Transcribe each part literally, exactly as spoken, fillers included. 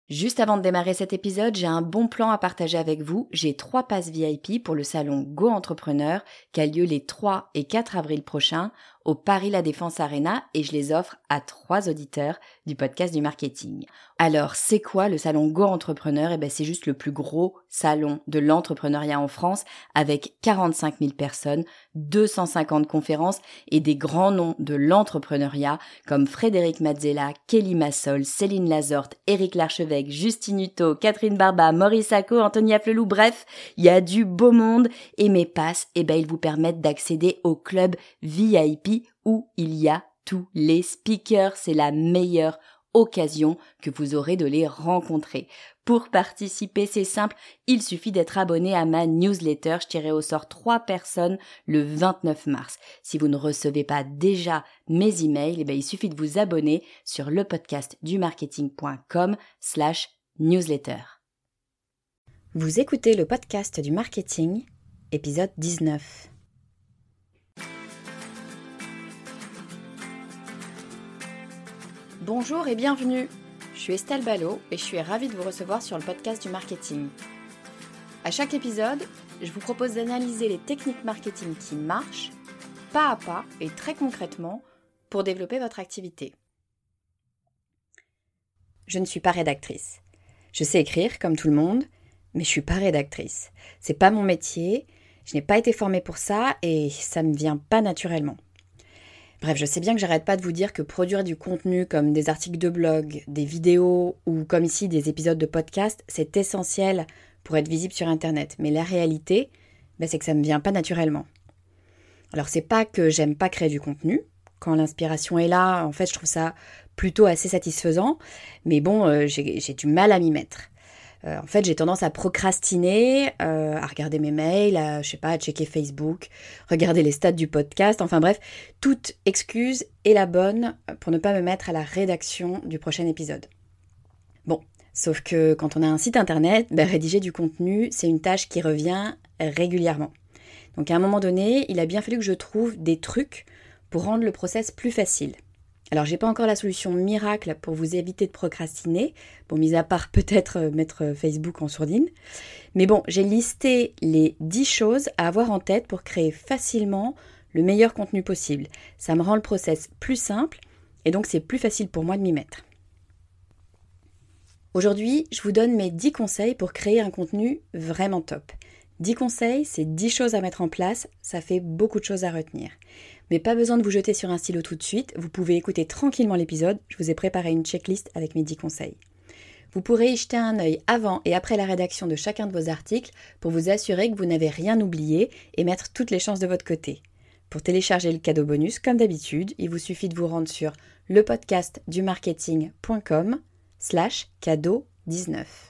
Juste avant de démarrer cet épisode, j'ai un bon plan à partager avec vous. J'ai trois passes V I P pour le salon Go Entrepreneur qui a lieu les trois et quatre avril prochains au Paris La Défense Arena et je les offre à trois auditeurs du podcast du marketing. Alors, c'est quoi le salon Go Entrepreneur ? Eh ben, c'est juste le plus gros salon de l'entrepreneuriat en France avec quarante-cinq mille personnes, deux cent cinquante conférences et des grands noms de l'entrepreneuriat comme Frédéric Mazzella, Kelly Massol, Céline Lazorte, Éric Larchevêque, Justine Hutto, Catherine Barba, Maurice Sacco, Anthony Afflelou, bref, il y a du beau monde et mes passes, eh ben, ils vous permettent d'accéder au club V I P où il y a tous les speakers. C'est la meilleure occasion que vous aurez de les rencontrer. Pour participer, c'est simple, il suffit d'être abonné à ma newsletter. Je tirerai au sort trois personnes le vingt-neuf mars. Si vous ne recevez pas déjà mes emails, eh bien, il suffit de vous abonner sur lepodcastdumarketing.com slash newsletter. Vous écoutez le podcast du marketing, épisode dix-neuf. Bonjour et bienvenue, je suis Estelle Ballot et je suis ravie de vous recevoir sur le podcast du marketing. À chaque épisode, je vous propose d'analyser les techniques marketing qui marchent, pas à pas et très concrètement, pour développer votre activité. Je ne suis pas rédactrice. Je sais écrire comme tout le monde, mais je ne suis pas rédactrice. C'est pas mon métier, je n'ai pas été formée pour ça et ça ne me vient pas naturellement. Bref, je sais bien que j'arrête pas de vous dire que produire du contenu comme des articles de blog, des vidéos ou comme ici des épisodes de podcast, c'est essentiel pour être visible sur Internet. Mais la réalité, ben, c'est que ça me vient pas naturellement. Alors c'est pas que j'aime pas créer du contenu. Quand l'inspiration est là, en fait, je trouve ça plutôt assez satisfaisant. Mais bon, euh, j'ai, j'ai du mal à m'y mettre. Euh, en fait, j'ai tendance à procrastiner, euh, à regarder mes mails, à, je sais pas, à checker Facebook, regarder les stats du podcast, enfin bref, toute excuse est la bonne pour ne pas me mettre à la rédaction du prochain épisode. Bon, sauf que quand on a un site internet, ben, rédiger du contenu, c'est une tâche qui revient régulièrement. Donc à un moment donné, il a bien fallu que je trouve des trucs pour rendre le process plus facile. Alors, j'ai pas encore la solution miracle pour vous éviter de procrastiner, bon, mis à part peut-être mettre Facebook en sourdine. Mais bon, j'ai listé les dix choses à avoir en tête pour créer facilement le meilleur contenu possible. Ça me rend le process plus simple et donc c'est plus facile pour moi de m'y mettre. Aujourd'hui, je vous donne mes dix conseils pour créer un contenu vraiment top. dix conseils, c'est dix choses à mettre en place, ça fait beaucoup de choses à retenir. Mais pas besoin de vous jeter sur un stylo tout de suite, vous pouvez écouter tranquillement l'épisode, je vous ai préparé une checklist avec mes dix conseils. Vous pourrez y jeter un œil avant et après la rédaction de chacun de vos articles pour vous assurer que vous n'avez rien oublié et mettre toutes les chances de votre côté. Pour télécharger le cadeau bonus, comme d'habitude, il vous suffit de vous rendre sur lepodcastdumarketing.com slash cadeau dix-neuf.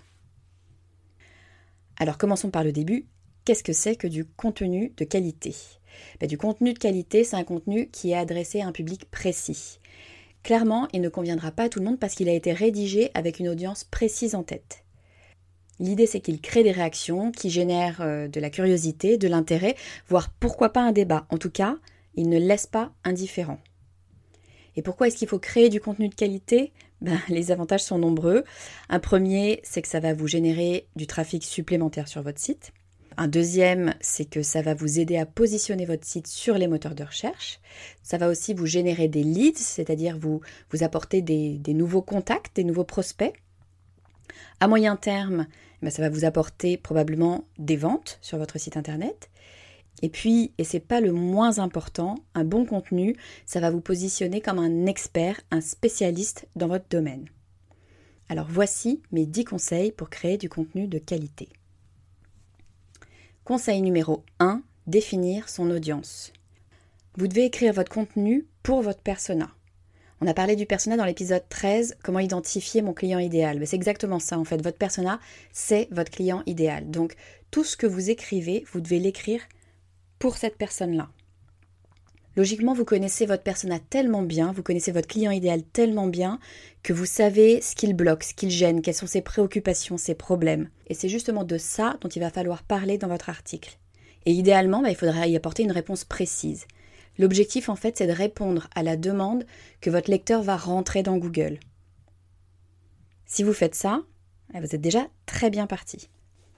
Alors commençons par le début. Qu'est-ce que c'est que du contenu de qualité ? Ben, du contenu de qualité, c'est un contenu qui est adressé à un public précis. Clairement, il ne conviendra pas à tout le monde parce qu'il a été rédigé avec une audience précise en tête. L'idée, c'est qu'il crée des réactions qui génèrent euh, de la curiosité, de l'intérêt, voire pourquoi pas un débat. En tout cas, il ne laisse pas indifférent. Et pourquoi est-ce qu'il faut créer du contenu de qualité ? Ben, les avantages sont nombreux. Un premier, c'est que ça va vous générer du trafic supplémentaire sur votre site. Un deuxième, c'est que ça va vous aider à positionner votre site sur les moteurs de recherche. Ça va aussi vous générer des leads, c'est-à-dire vous, vous apporter des, des nouveaux contacts, des nouveaux prospects. À moyen terme, ben ça va vous apporter probablement des ventes sur votre site internet. Et puis, et c'est pas le moins important, un bon contenu, ça va vous positionner comme un expert, un spécialiste dans votre domaine. Alors voici mes dix conseils pour créer du contenu de qualité. Conseil numéro un, définir son audience. Vous devez écrire votre contenu pour votre persona. On a parlé du persona dans l'épisode treize, comment identifier mon client idéal. Mais c'est exactement ça en fait, votre persona, c'est votre client idéal. Donc tout ce que vous écrivez, vous devez l'écrire pour cette personne-là. Logiquement, vous connaissez votre persona tellement bien, vous connaissez votre client idéal tellement bien que vous savez ce qu'il bloque, ce qu'il gêne, quelles sont ses préoccupations, ses problèmes. Et c'est justement de ça dont il va falloir parler dans votre article. Et idéalement, bah, il faudra y apporter une réponse précise. L'objectif, en fait, c'est de répondre à la demande que votre lecteur va rentrer dans Google. Si vous faites ça, Vous êtes déjà très bien parti.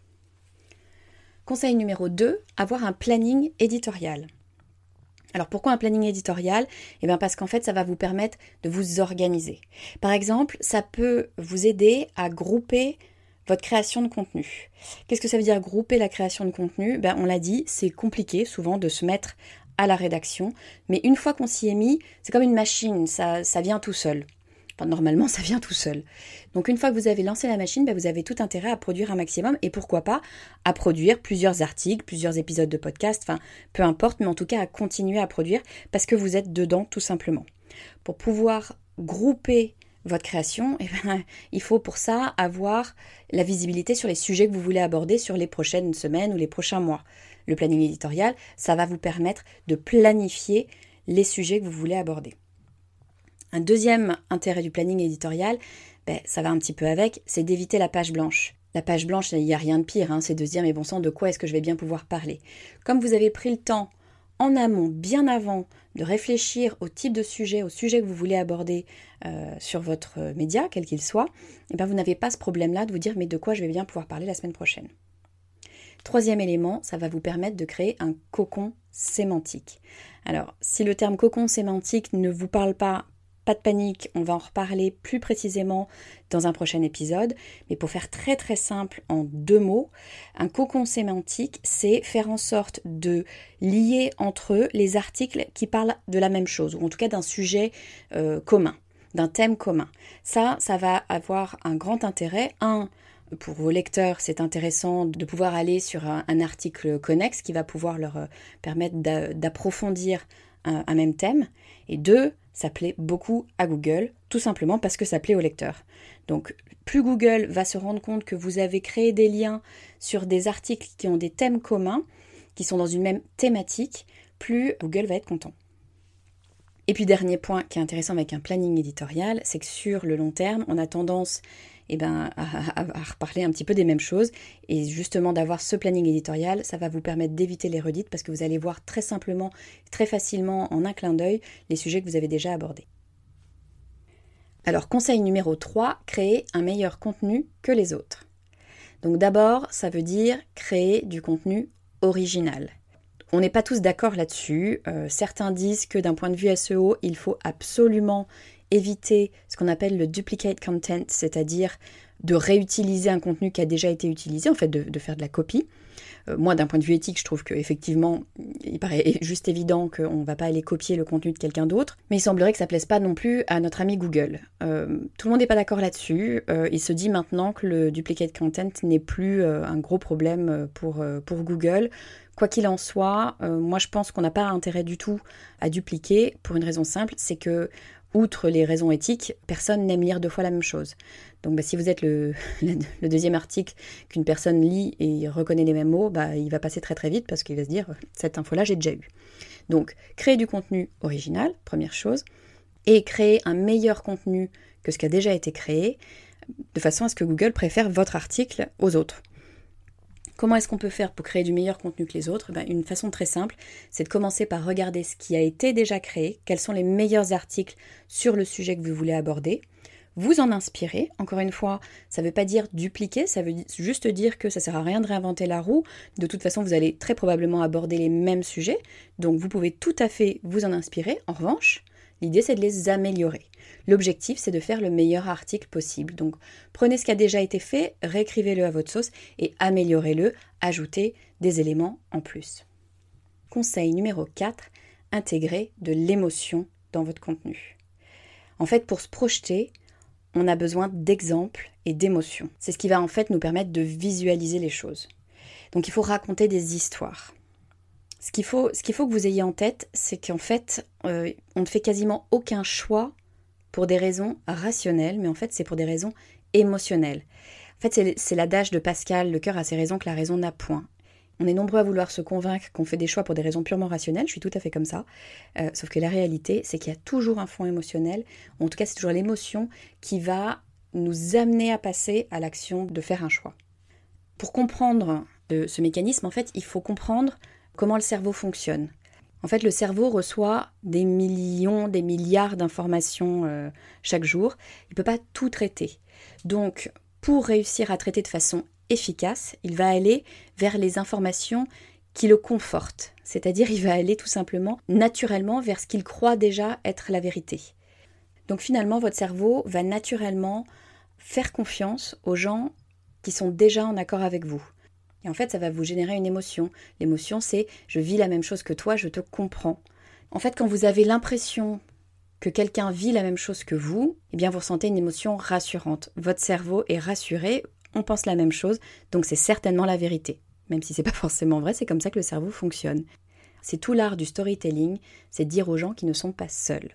Conseil numéro deux, avoir un planning éditorial. Alors pourquoi un planning éditorial ? Eh bien parce qu'en fait ça va vous permettre de vous organiser. Par exemple, ça peut vous aider à grouper votre création de contenu. Qu'est-ce que ça veut dire grouper la création de contenu ? Ben, on l'a dit, c'est compliqué souvent de se mettre à la rédaction, mais une fois qu'on s'y est mis, c'est comme une machine, ça, ça vient tout seul. Enfin, normalement, ça vient tout seul. Donc, une fois que vous avez lancé la machine, ben, vous avez tout intérêt à produire un maximum et pourquoi pas à produire plusieurs articles, plusieurs épisodes de podcast, enfin, peu importe, mais en tout cas à continuer à produire parce que vous êtes dedans tout simplement. Pour pouvoir grouper votre création, eh ben, il faut pour ça avoir la visibilité sur les sujets que vous voulez aborder sur les prochaines semaines ou les prochains mois. Le planning éditorial, ça va vous permettre de planifier les sujets que vous voulez aborder. Un deuxième intérêt du planning éditorial, ben, ça va un petit peu avec, c'est d'éviter la page blanche. La page blanche, il n'y a rien de pire, hein, c'est de se dire, mais bon sang, de quoi est-ce que je vais bien pouvoir parler ? Comme vous avez pris le temps, en amont, bien avant, de réfléchir au type de sujet, au sujet que vous voulez aborder euh, sur votre média, quel qu'il soit, et ben, vous n'avez pas ce problème-là de vous dire, mais de quoi je vais bien pouvoir parler la semaine prochaine ? Troisième élément, ça va vous permettre de créer un cocon sémantique. Alors, si le terme cocon sémantique ne vous parle pas, pas de panique, on va en reparler plus précisément dans un prochain épisode. Mais pour faire très très simple en deux mots, un cocon sémantique, c'est faire en sorte de lier entre eux les articles qui parlent de la même chose, ou en tout cas d'un sujet euh, commun, d'un thème commun. Ça, ça va avoir un grand intérêt. Un, pour vos lecteurs, c'est intéressant de pouvoir aller sur un, un article connexe qui va pouvoir leur euh, permettre d'a, d'approfondir un, un même thème. Et deux, ça plaît beaucoup à Google, tout simplement parce que ça plaît aux lecteurs. Donc, plus Google va se rendre compte que vous avez créé des liens sur des articles qui ont des thèmes communs, qui sont dans une même thématique, plus Google va être content. Et puis, dernier point qui est intéressant avec un planning éditorial, c'est que sur le long terme, on a tendance eh ben, à, à, à reparler un petit peu des mêmes choses. Et justement, d'avoir ce planning éditorial, ça va vous permettre d'éviter les redites parce que vous allez voir très simplement, très facilement, en un clin d'œil, les sujets que vous avez déjà abordés. Alors, conseil numéro trois, créer un meilleur contenu que les autres. Donc d'abord, ça veut dire créer du contenu original. On n'est pas tous d'accord là-dessus. Euh, certains disent que d'un point de vue S E O, il faut absolument éviter ce qu'on appelle le duplicate content, c'est-à-dire de réutiliser un contenu qui a déjà été utilisé, en fait de, de faire de la copie. Euh, moi, d'un point de vue éthique, je trouve qu'effectivement, il paraît juste évident qu'on ne va pas aller copier le contenu de quelqu'un d'autre, mais il semblerait que ça ne plaise pas non plus à notre ami Google. Euh, tout le monde n'est pas d'accord là-dessus. Euh, il se dit maintenant que le duplicate content n'est plus euh, un gros problème pour, euh, pour Google. Quoi qu'il en soit, euh, moi je pense qu'on n'a pas intérêt du tout à dupliquer pour une raison simple, c'est que outre les raisons éthiques, personne n'aime lire deux fois la même chose. Donc bah, si vous êtes le, le deuxième article qu'une personne lit et reconnaît les mêmes mots, bah, il va passer très très vite parce qu'il va se dire « cette info-là, j'ai déjà eu ». Donc créer du contenu original, première chose, et créer un meilleur contenu que ce qui a déjà été créé, de façon à ce que Google préfère votre article aux autres. Comment est-ce qu'on peut faire pour créer du meilleur contenu que les autres ? Ben, une façon très simple, c'est de commencer par regarder ce qui a été déjà créé, quels sont les meilleurs articles sur le sujet que vous voulez aborder, vous en inspirer. Encore une fois, ça ne veut pas dire dupliquer, ça veut juste dire que ça ne sert à rien de réinventer la roue. De toute façon, vous allez très probablement aborder les mêmes sujets, donc vous pouvez tout à fait vous en inspirer. En revanche, l'idée, c'est de les améliorer. L'objectif, c'est de faire le meilleur article possible. Donc, prenez ce qui a déjà été fait, réécrivez-le à votre sauce et améliorez-le, ajoutez des éléments en plus. Conseil numéro quatre, intégrer de l'émotion dans votre contenu. En fait, pour se projeter, on a besoin d'exemples et d'émotions. C'est ce qui va en fait nous permettre de visualiser les choses. Donc, il faut raconter des histoires. Ce qu'il faut, ce qu'il faut que vous ayez en tête, c'est qu'en fait, euh, on ne fait quasiment aucun choix pour des raisons rationnelles, mais en fait, c'est pour des raisons émotionnelles. En fait, c'est, c'est l'adage de Pascal, le cœur a ses raisons que la raison n'a point. On est nombreux à vouloir se convaincre qu'on fait des choix pour des raisons purement rationnelles, je suis tout à fait comme ça, euh, sauf que la réalité, c'est qu'il y a toujours un fond émotionnel, en tout cas, c'est toujours l'émotion qui va nous amener à passer à l'action de faire un choix. Pour comprendre de ce mécanisme, en fait, il faut comprendre comment le cerveau fonctionne. En fait, le cerveau reçoit des millions, des milliards d'informations euh, chaque jour. Il ne peut pas tout traiter. Donc, pour réussir à traiter de façon efficace, il va aller vers les informations qui le confortent. C'est-à-dire, il va aller tout simplement naturellement vers ce qu'il croit déjà être la vérité. Donc finalement, votre cerveau va naturellement faire confiance aux gens qui sont déjà en accord avec vous. Et en fait, ça va vous générer une émotion. L'émotion, c'est « je vis la même chose que toi, je te comprends ». En fait, quand vous avez l'impression que quelqu'un vit la même chose que vous, eh bien vous ressentez une émotion rassurante. Votre cerveau est rassuré, on pense la même chose, donc c'est certainement la vérité. Même si c'est pas forcément vrai, c'est comme ça que le cerveau fonctionne. C'est tout l'art du storytelling, c'est dire aux gens qu'ils ne sont pas seuls.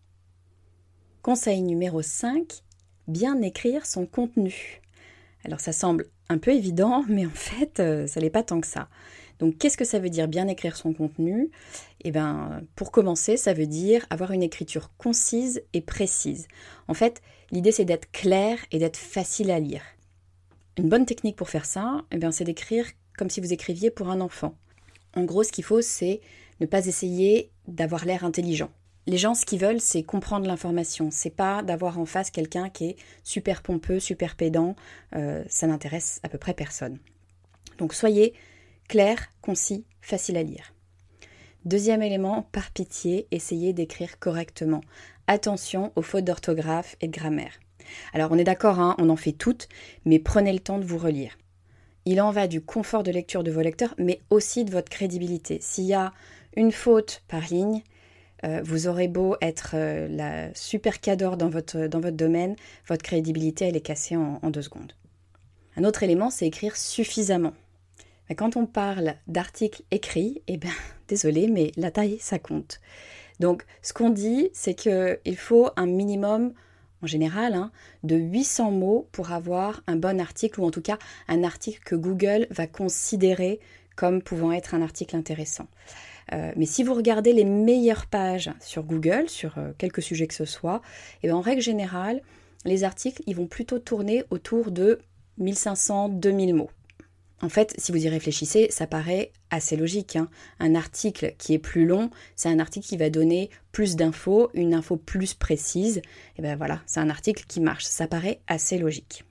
Conseil numéro cinq, bien écrire son contenu. Alors ça semble un peu évident, mais en fait, euh, ça n'est pas tant que ça. Donc qu'est-ce que ça veut dire bien écrire son contenu ? Eh bien, pour commencer, ça veut dire avoir une écriture concise et précise. En fait, l'idée c'est d'être clair et d'être facile à lire. Une bonne technique pour faire ça, eh bien, c'est d'écrire comme si vous écriviez pour un enfant. En gros, ce qu'il faut, c'est ne pas essayer d'avoir l'air intelligent. Les gens, ce qu'ils veulent, c'est comprendre l'information. C'est pas d'avoir en face quelqu'un qui est super pompeux, super pédant. Euh, ça n'intéresse à peu près personne. Donc soyez clair, concis, facile à lire. Deuxième élément, par pitié, essayez d'écrire correctement. Attention aux fautes d'orthographe et de grammaire. Alors on est d'accord, hein, on en fait toutes, mais prenez le temps de vous relire. Il en va du confort de lecture de vos lecteurs, mais aussi de votre crédibilité. S'il y a une faute par ligne, euh, vous aurez beau être euh, la super cador dans votre, dans votre domaine, votre crédibilité elle est cassée en, en deux secondes. Un autre élément, c'est écrire suffisamment. Mais quand on parle d'articles écrits, eh bien, désolé, mais la taille, ça compte. Donc, ce qu'on dit, c'est qu'il faut un minimum, en général, hein, de huit cents mots pour avoir un bon article, ou en tout cas un article que Google va considérer comme pouvant être un article intéressant. Euh, mais si vous regardez les meilleures pages sur Google, sur euh, quelque sujet que ce soit, eh bien, en règle générale, les articles ils vont plutôt tourner autour de mille cinq cents à deux mille mots. En fait, si vous y réfléchissez, ça paraît assez logique, hein. Un article qui est plus long, c'est un article qui va donner plus d'infos, une info plus précise. Et bien voilà, c'est un article qui marche. Ça paraît assez logique.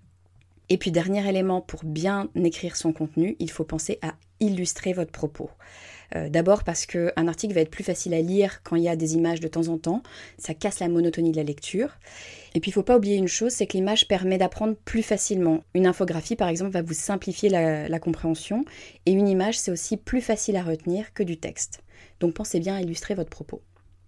Et puis, dernier élément pour bien écrire son contenu, il faut penser à illustrer votre propos. Euh, d'abord parce qu'un article va être plus facile à lire quand il y a des images de temps en temps. Ça casse la monotonie de la lecture. Et puis il ne faut pas oublier une chose, c'est que l'image permet d'apprendre plus facilement. Une infographie par exemple va vous simplifier la, la compréhension et une image c'est aussi plus facile à retenir que du texte. Donc pensez bien à illustrer votre propos.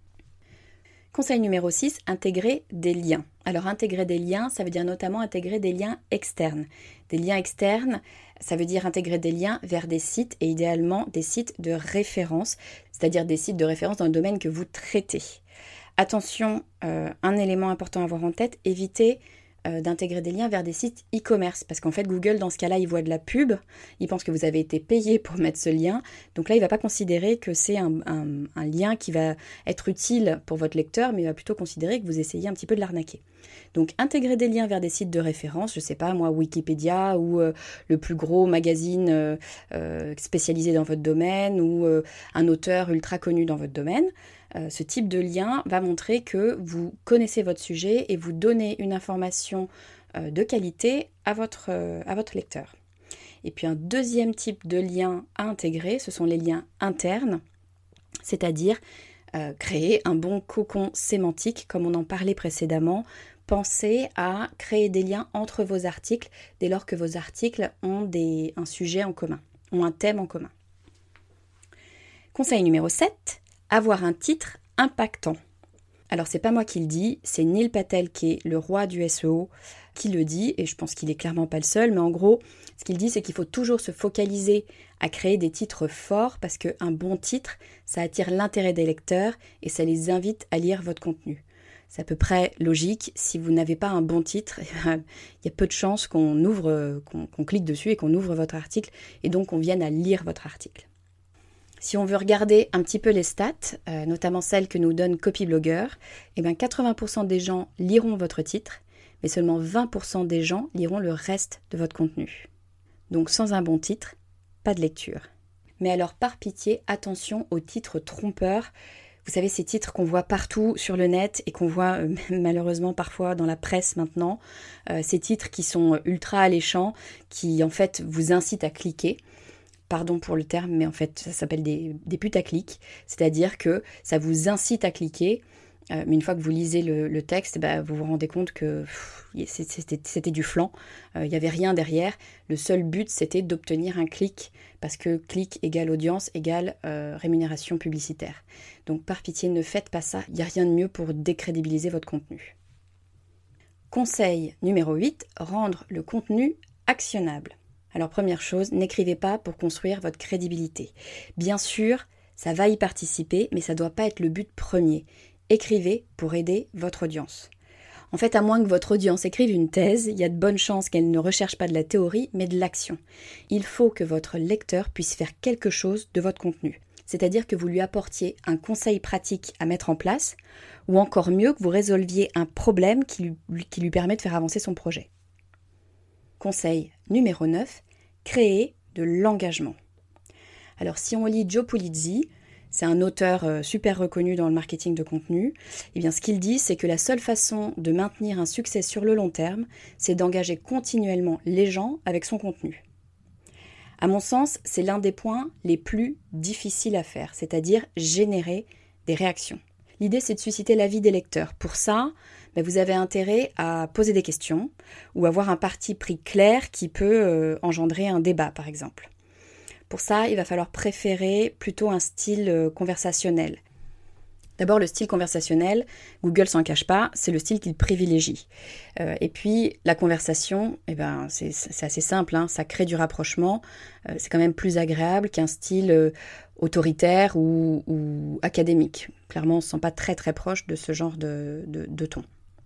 Conseil numéro six, intégrer des liens. Alors intégrer des liens, ça veut dire notamment intégrer des liens externes. Des liens externes, ça veut dire intégrer des liens vers des sites et idéalement des sites de référence, c'est-à-dire des sites de référence dans le domaine que vous traitez. Attention, euh, un élément important à avoir en tête, évitez euh, d'intégrer des liens vers des sites e-commerce. Parce qu'en fait, Google, dans ce cas-là, il voit de la pub, il pense que vous avez été payé pour mettre ce lien. Donc là, il ne va pas considérer que c'est un, un, un lien qui va être utile pour votre lecteur, mais il va plutôt considérer que vous essayez un petit peu de l'arnaquer. Donc, intégrer des liens vers des sites de référence, je ne sais pas, moi, Wikipédia ou euh, le plus gros magazine euh, euh, spécialisé dans votre domaine ou euh, un auteur ultra connu dans votre domaine. Euh, ce type de lien va montrer que vous connaissez votre sujet et vous donnez une information euh, de qualité à votre, euh, à votre lecteur. Et puis un deuxième type de lien à intégrer, ce sont les liens internes, c'est-à-dire euh, créer un bon cocon sémantique, comme on en parlait précédemment. Pensez à créer des liens entre vos articles dès lors que vos articles ont des, un sujet en commun, ont un thème en commun. Conseil numéro sept. Avoir un titre impactant. Alors c'est pas moi qui le dis, c'est Neil Patel qui est le roi du S E O qui le dit, et je pense qu'il est clairement pas le seul, mais en gros, ce qu'il dit c'est qu'il faut toujours se focaliser à créer des titres forts parce qu'un bon titre, ça attire l'intérêt des lecteurs et ça les invite à lire votre contenu. C'est à peu près logique, si vous n'avez pas un bon titre, il y a peu de chances qu'on ouvre, qu'on, qu'on clique dessus et qu'on ouvre votre article et donc qu'on vienne à lire votre article. Si on veut regarder un petit peu les stats, euh, notamment celles que nous donne Copyblogger, eh bien quatre-vingts pour cent des gens liront votre titre, mais seulement vingt pour cent des gens liront le reste de votre contenu. Donc sans un bon titre, pas de lecture. Mais alors par pitié, attention aux titres trompeurs. Vous savez, ces titres qu'on voit partout sur le net et qu'on voit euh, malheureusement parfois dans la presse maintenant, euh, ces titres qui sont ultra alléchants, qui en fait vous incitent à cliquer. Pardon pour le terme, mais en fait ça s'appelle des, des putaclics, c'est-à-dire que ça vous incite à cliquer, euh, mais une fois que vous lisez le, le texte, bah, vous vous rendez compte que pff, c'était, c'était du flan, il euh, n'y avait rien derrière, le seul but c'était d'obtenir un clic, parce que clic égale audience égale euh, rémunération publicitaire. Donc par pitié, ne faites pas ça, il n'y a rien de mieux pour décrédibiliser votre contenu. Conseil numéro huit, rendre le contenu actionnable. Alors première chose, n'écrivez pas pour construire votre crédibilité. Bien sûr, ça va y participer, mais ça ne doit pas être le but premier. Écrivez pour aider votre audience. En fait, à moins que votre audience écrive une thèse, il y a de bonnes chances qu'elle ne recherche pas de la théorie, mais de l'action. Il faut que votre lecteur puisse faire quelque chose de votre contenu. C'est-à-dire que vous lui apportiez un conseil pratique à mettre en place, ou encore mieux, que vous résolviez un problème qui lui, qui lui permet de faire avancer son projet. Conseil numéro neuf, créer de l'engagement. Alors si on lit Joe Pulizzi, c'est un auteur euh, super reconnu dans le marketing de contenu, et bien ce qu'il dit, c'est que la seule façon de maintenir un succès sur le long terme, c'est d'engager continuellement les gens avec son contenu. À mon sens, c'est l'un des points les plus difficiles à faire, c'est-à-dire générer des réactions. L'idée, c'est de susciter l'avis des lecteurs. Pour ça, ben, vous avez intérêt à poser des questions ou avoir un parti pris clair qui peut euh, engendrer un débat, par exemple. Pour ça, il va falloir préférer plutôt un style euh, conversationnel. D'abord, le style conversationnel, Google s'en cache pas, c'est le style qu'il privilégie. Euh, et puis, la conversation, eh ben, c'est, c'est assez simple, hein, ça crée du rapprochement, euh, c'est quand même plus agréable qu'un style euh, autoritaire ou, ou académique. Clairement, on ne se sent pas très très proche de ce genre de, de, de ton.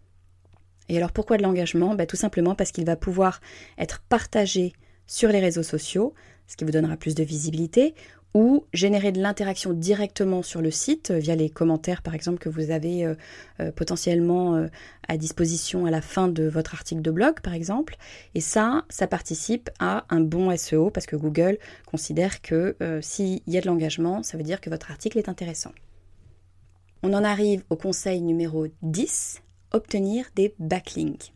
Et alors, pourquoi de l'engagement ? Ben, tout simplement parce qu'il va pouvoir être partagé sur les réseaux sociaux, ce qui vous donnera plus de visibilité, ou générer de l'interaction directement sur le site, via les commentaires par exemple que vous avez euh, euh, potentiellement euh, à disposition à la fin de votre article de blog par exemple. Et ça, ça participe à un bon S E O parce que Google considère que euh, s'il y a de l'engagement, ça veut dire que votre article est intéressant. On en arrive au conseil numéro dix, obtenir des backlinks.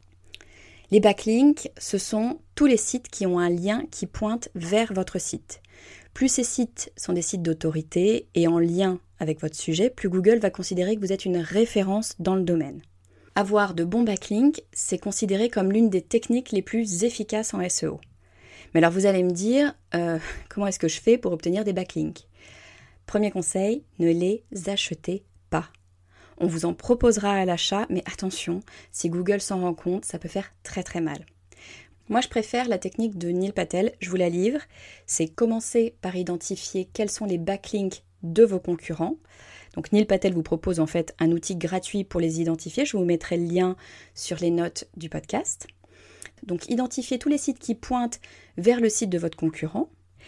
Les backlinks, ce sont tous les sites qui ont un lien qui pointe vers votre site. Plus ces sites sont des sites d'autorité et en lien avec votre sujet, plus Google va considérer que vous êtes une référence dans le domaine. Avoir de bons backlinks, c'est considéré comme l'une des techniques les plus efficaces en S E O. Mais alors vous allez me dire, euh, comment est-ce que je fais pour obtenir des backlinks ? Premier conseil, ne les achetez pas. On vous en proposera à l'achat, mais attention, si Google s'en rend compte, ça peut faire très très mal. Moi, je préfère la technique de Neil Patel, je vous la livre. C'est commencer par identifier quels sont les backlinks de vos concurrents. Donc Neil Patel vous propose en fait un outil gratuit pour les identifier. Je vous mettrai le lien sur les notes du podcast. Donc identifiez tous les sites qui pointent vers le site de votre concurrent.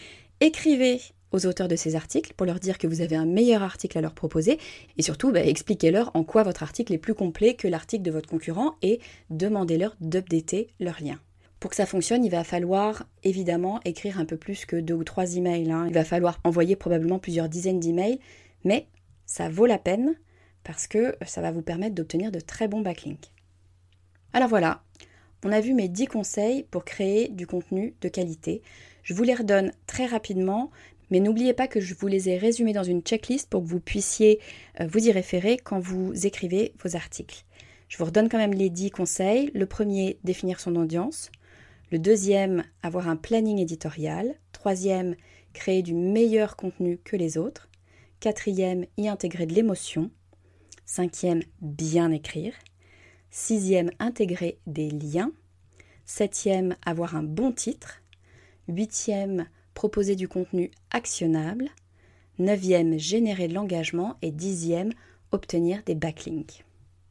Écrivez aux auteurs de ces articles pour leur dire que vous avez un meilleur article à leur proposer et surtout bah, expliquez-leur en quoi votre article est plus complet que l'article de votre concurrent et demandez-leur d'updater leur lien. Pour que ça fonctionne, il va falloir évidemment écrire un peu plus que deux ou trois emails. Hein. Il va falloir envoyer probablement plusieurs dizaines d'emails, mais ça vaut la peine parce que ça va vous permettre d'obtenir de très bons backlinks. Alors voilà, on a vu mes dix conseils pour créer du contenu de qualité. Je vous les redonne très rapidement, mais n'oubliez pas que je vous les ai résumés dans une checklist pour que vous puissiez vous y référer quand vous écrivez vos articles. Je vous redonne quand même les dix conseils. Le premier, définir son audience. Le deuxième, avoir un planning éditorial. Troisième, créer du meilleur contenu que les autres. Quatrième, y intégrer de l'émotion. Cinquième, bien écrire. Sixième, intégrer des liens. Septième, avoir un bon titre. Huitième, proposer du contenu actionnable. Neuvième, générer de l'engagement. Et dixième, obtenir des backlinks.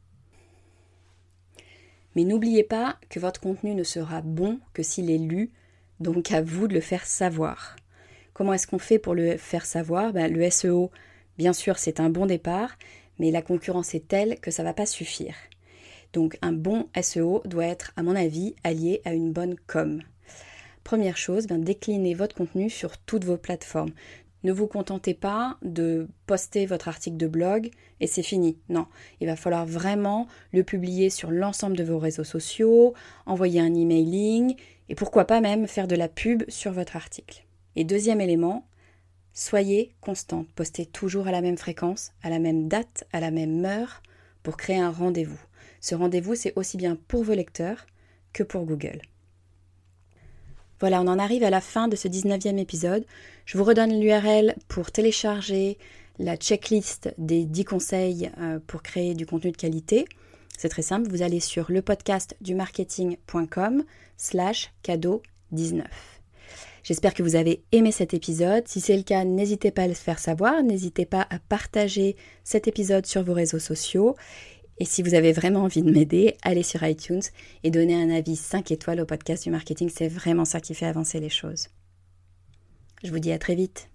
Mais n'oubliez pas que votre contenu ne sera bon que s'il est lu, donc à vous de le faire savoir. Comment est-ce qu'on fait pour le faire savoir ? Ben, le S E O, bien sûr, c'est un bon départ, mais la concurrence est telle que ça ne va pas suffire. Donc un bon S E O doit être, à mon avis, allié à une bonne com. Première chose, ben, déclinez votre contenu sur toutes vos plateformes. Ne vous contentez pas de poster votre article de blog et c'est fini. Non, il va falloir vraiment le publier sur l'ensemble de vos réseaux sociaux, envoyer un emailing et pourquoi pas même faire de la pub sur votre article. Et deuxième élément, soyez constante. Postez toujours à la même fréquence, à la même date, à la même heure pour créer un rendez-vous. Ce rendez-vous, c'est aussi bien pour vos lecteurs que pour Google. Voilà, on en arrive à la fin de ce dix-neuvième épisode. Je vous redonne l'U R L pour télécharger la checklist des dix conseils pour créer du contenu de qualité. C'est très simple, vous allez sur lepodcastdumarketing.com slash cadeau 19. J'espère que vous avez aimé cet épisode. Si c'est le cas, n'hésitez pas à le faire savoir. N'hésitez pas à partager cet épisode sur vos réseaux sociaux. Et si vous avez vraiment envie de m'aider, allez sur iTunes et donnez un avis cinq étoiles au podcast du marketing. C'est vraiment ça qui fait avancer les choses. Je vous dis à très vite.